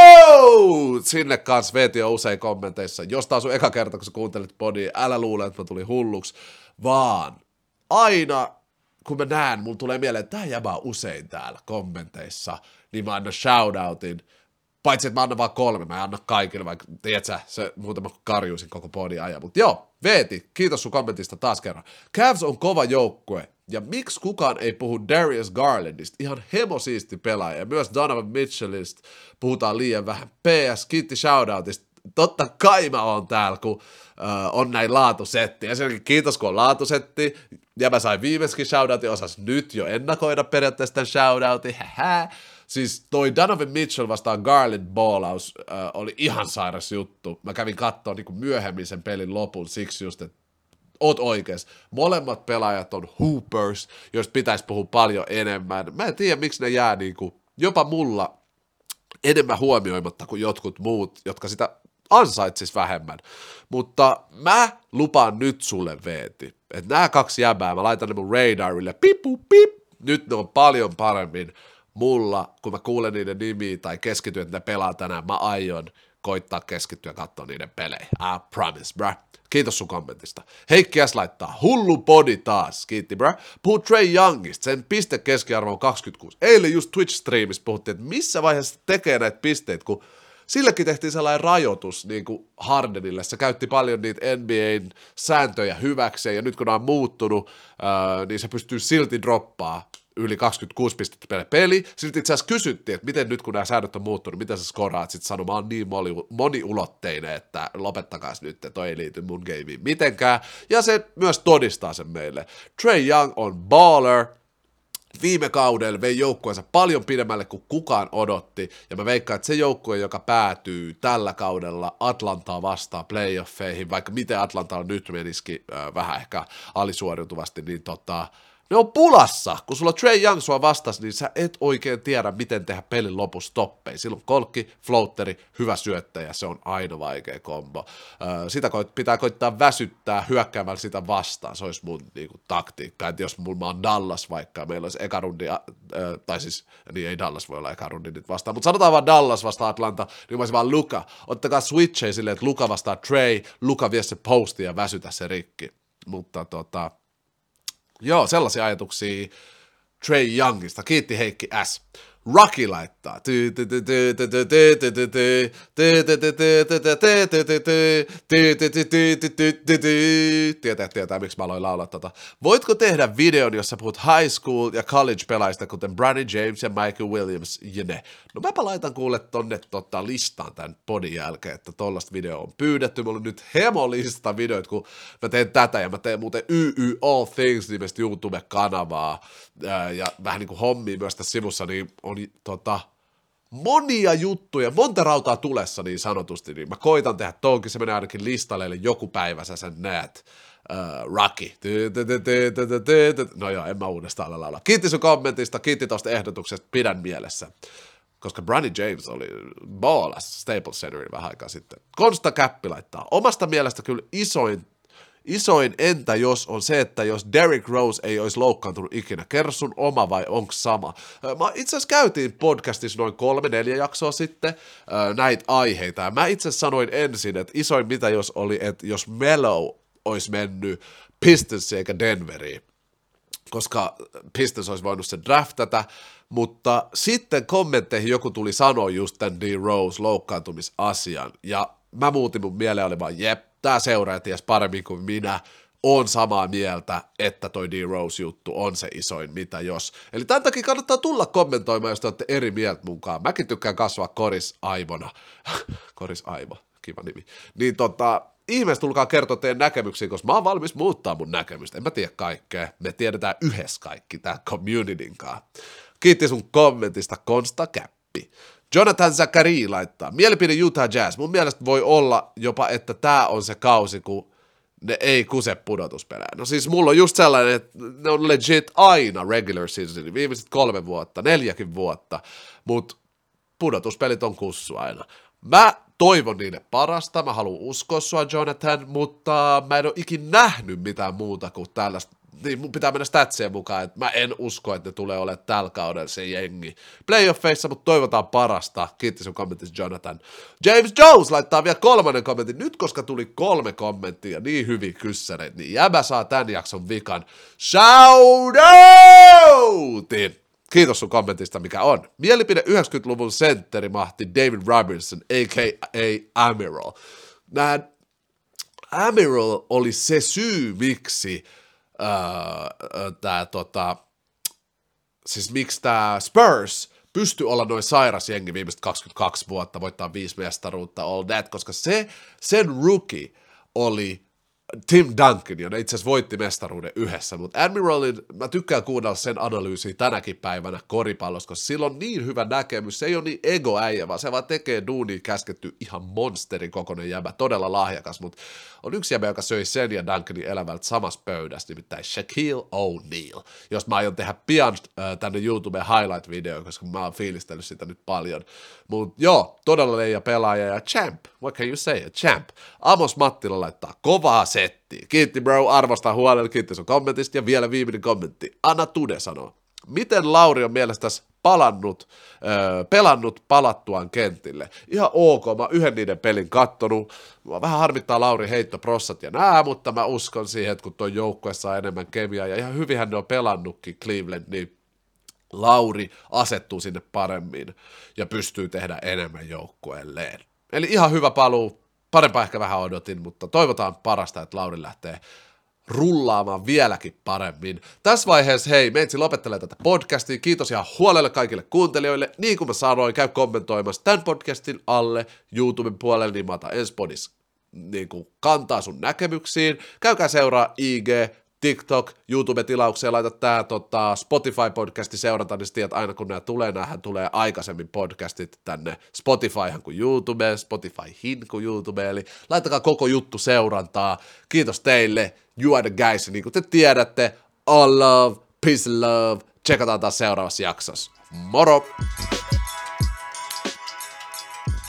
out! Sinne kanssa Veeti on usein kommenteissa. Jos tää on sun eka kerta, kun sä kuuntelit podia, älä luule, että mä tulin hulluksi, vaan aina kun mä näen, mulla tulee mieleen, että tää jäbä on usein täällä kommenteissa, niin mä annan shoutoutin. Paitsi, että mä annan vaan kolme, mä en anna kaikille, vaikka tiedätkö, se muutama karjuisin koko podin ajan. Mutta joo, Veeti, kiitos sun kommentista taas kerran. Cavs on kova joukkue, ja miksi kukaan ei puhu Darius Garlandista, ihan hemosiisti pelaaja, ja myös Donovan Mitchellista puhutaan liian vähän. P S, kiitti shoutoutista, totta kai mä oon täällä, kun uh, on näin laatusetti. Ensinnäkin kiitos, kun on laatusetti, ja mä sain viimeiskin shoutoutin, osas nyt jo ennakoida periaatteessa tämän shoutoutin, hähä. Siis toi Donovan Mitchell vastaan Garland ballaus äh, oli ihan sairas juttu. Mä kävin katsoa niin myöhemmin sen pelin lopun siksi just, että oot oikees. Molemmat pelaajat on hoopers, joista pitäisi puhua paljon enemmän. Mä en tiedä, miksi ne jää niin kuin, jopa mulla enemmän huomioimatta kuin jotkut muut, jotka sitä ansaitsis vähemmän. Mutta mä lupaan nyt sulle, Veeti, että nämä kaksi jäbää, mä laitan ne mun radarille, pipu pip, nyt ne on paljon paremmin mulla, kun mä kuulen niiden nimiä tai keskityn, että ne pelaa tänään, mä aion koittaa keskittyä katsoa niiden pelejä. I promise, bruh. Kiitos sun kommentista. Heikki S laittaa, hullu body taas. Kiitti, bruh. Puhu Trae Youngista, sen piste keskiarvo on kaksikymmentäkuusi. Eilen just Twitch-striimissä puhuttiin, että missä vaiheessa tekee näitä pisteitä, kun silläkin tehtiin sellainen rajoitus niin kuin Hardenille. Se käytti paljon niitä N B A:n sääntöjä hyväkseen, ja nyt kun nämä on muuttunut, ää, niin se pystyy silti droppaa yli kaksikymmentäkuusi pistettä per peli. Sitten itse asiassa kysyttiin, että miten nyt kun nämä säännöt on muuttunut, miten sä skoraat, sitten sanoi, mä oon niin moni- moniulotteinen, että lopettakaa nyt, toi ei liity mun gameen mitenkään. Ja se myös todistaa sen meille. Trae Young on baller. Viime kaudella vei joukkueensa paljon pidemmälle kuin kukaan odotti, ja mä veikkaan, että se joukkue, joka päätyy tällä kaudella Atlantaa vastaan playoffeihin, vaikka miten Atlanta on nyt menisikin äh, vähän ehkä alisuoriutuvasti, niin tota, ne on pulassa. Kun sulla Trae Young sua vastasi, niin sä et oikein tiedä, miten tehdä pelin lopussa stoppeja. Silloin kolkki, floateri, hyvä syöttäjä, se on aina vaikea kombo. Sitä pitää koittaa väsyttää hyökkäämällä sitä vastaan, se olisi mun niinku, taktiikka. Että jos mulla on Dallas vaikka, meillä olisi eka rundi, äh, tai siis, niin ei Dallas voi olla eka rundi nyt vastaan, mutta sanotaan vaan Dallas vastaan Atlanta, niin mä olisin vaan Luka. Ottakaa switcheja silleen, että Luka vastaa Trae, Luka vie se posti ja väsytä se rikki. Mutta tota... Joo, sellaisia ajatuksia Trae Youngista. Kiitti Heikki S. Rocky laittaa. Tietää, tietää, miksi mä aloin laulaa tota. Voitko tehdä videon, jossa puhut high school ja college pelaajista, kuten Bronny James ja Michael Williams ja ne? No mäpä laitan kuule tonne tota, listaan tämän podin jälkeen, että tollaista videoa on pyydetty. Mulla on nyt hemolista videoita, kun mä teen tätä ja mä teen muuten Y Y All Things nimistä YouTube-kanavaa ja vähän niin kuin hommia myös tässä sivussa, niin on tota, monia juttuja, monta rautaa tulessa niin sanotusti, niin mä koitan tehdä tonkin, se menee ainakin listalle, eli joku päivä sä sen näet. Uh, Rocky. No joo, en mä uudestaan laulaa. Kiitti sun kommentista, kiitti tosta ehdotuksesta, pidän mielessä. Koska Bronny James oli ballas Staples Centerin vähän aikaa sitten. Konsta Käppi laittaa. Omasta mielestä kyllä isoin Isoin entä jos on se, että jos Derrick Rose ei olisi loukkaantunut ikinä, kerro sun oma vai onko sama? Mä itse asiassa käytiin podcastissa noin kolme, neljä jaksoa sitten näitä aiheita, ja mä itse asiassa sanoin ensin, että isoin mitä jos oli, että jos Melo olisi mennyt Pistonsiin eikä Denveriin, koska Pistons olisi voinut sen draftata, mutta sitten kommentteihin joku tuli sanoa just tämän D. Rose loukkaantumisasian, ja mä muutin mun mieleen, oli vaan jep, tää seuraaja ties paremmin kuin minä, on samaa mieltä, että toi D-Rose-juttu on se isoin mitä jos. Eli tämän takia kannattaa tulla kommentoimaan, jos te olette eri mieltä munkaan. Mäkin tykkään kasvaa korisaivona. Korisaivo, kiva nimi. Niin tota, ihmeessä tulkaa kertoa teidän näkemyksiä, koska mä oon valmis muuttaa mun näkemystä. En mä tiedä kaikkea. Me tiedetään yhdessä kaikki tää communityn kanssa. Kiitti sun kommentista, Konsta Käppi. Jonathan Zachary laittaa. Mielipide Utah Jazz. Mun mielestä voi olla jopa, että tää on se kausi, kun ne ei kuse pudotuspelejä. No siis mulla on just sellainen, että ne on legit aina regular season, viimeiset kolme vuotta, neljäkin vuotta, mutta pudotuspelit on kussu aina. Mä toivon niille parasta, mä haluan uskoa sua Jonathan, mutta mä en ole ikin nähnyt mitään muuta kuin tällaista. Niin mun pitää mennä statsien mukaan, että mä en usko, että ne tulee olemaan tällä kaudella se jengi playoffeissa, mutta toivotaan parasta. Kiitos sun kommentissa, Jonathan. James Jones laittaa vielä kolmannen kommentin. Nyt koska tuli kolme kommenttia, niin hyvin kyssäreitä, niin jäbä saa tämän jakson vikan shoutoutin. Kiitos sun kommentista, mikä on. Mielipide yhdeksänkymmentäluvun sentterimahti David Robinson, a k a. Amiral. Nää Amiral oli se syy, miksi Uh, tää, tota, siis miksi tämä Spurs pystyi olla noin sairas jengi viimeiset kaksikymmentäkaksi vuotta, voittaa viisi mestaruutta, all that, koska se, sen rookie oli Tim Duncan, ja ne itse asiassa voitti mestaruuden yhdessä, mutta Admiralin, mä tykkään kuunnella sen analyysiä tänäkin päivänä koripallossa, koska sillä on niin hyvä näkemys, se ei ole niin ego-äijä, vaan se vaan tekee duunia käsketty ihan monsterin kokoinen jäbä, todella lahjakas, mutta on yksi jäbä, joka söi sen ja Duncanin elävältä samassa pöydässä, nimittäin Shaquille O'Neal, josta mä aion tehdä pian äh, tänne YouTubeen highlight-video, koska mä oon fiilistellyt sitä nyt paljon, mutta joo, todella leija pelaaja ja champ, what can you say, a champ. Amos Mattila laittaa kovaa se. Kiitti bro, arvostaa huolella, kiitti sun kommentista, ja vielä viimeinen kommentti. Anna Tude sanoo, miten Lauri on mielestäsi palannut, öö, pelannut palattuaan kentille? Ihan ok, mä oon yhden niiden pelin kattonut, mä vähän harmittaa Lauri heittoprossat ja nää, mutta mä uskon siihen, että kun toi joukkue saa enemmän kemiaa, ja ihan hyvinhän ne on pelannutkin Cleveland, niin Lauri asettuu sinne paremmin, ja pystyy tehdä enemmän joukkueelleen. Eli ihan hyvä paluu. Parempaa ehkä vähän odotin, mutta toivotaan parasta, että Lauri lähtee rullaamaan vieläkin paremmin. Tässä vaiheessa, hei, meitsi lopettelee tätä podcastia. Kiitos ihan huolelle kaikille kuuntelijoille. Niin kuin mä sanoin, käy kommentoimassa tämän podcastin alle YouTuben puolelle, niin mä otan ensi podissa niin kuin kantaa sun näkemyksiin. Käykää seuraa I G, TikTok, YouTube-tilaukseen, laita tää tota, Spotify-podcasti seurata, niin tiedät, aina kun nämä tulee, näähän tulee aikaisemmin podcastit tänne Spotifyhan kuin YouTube, Spotifyhin kuin YouTube, eli laittakaa koko juttu seurantaa. Kiitos teille, you are the guys, niin kuin te tiedätte, all love, peace and love, tsekataan taas seuraavassa jaksossa. Moro!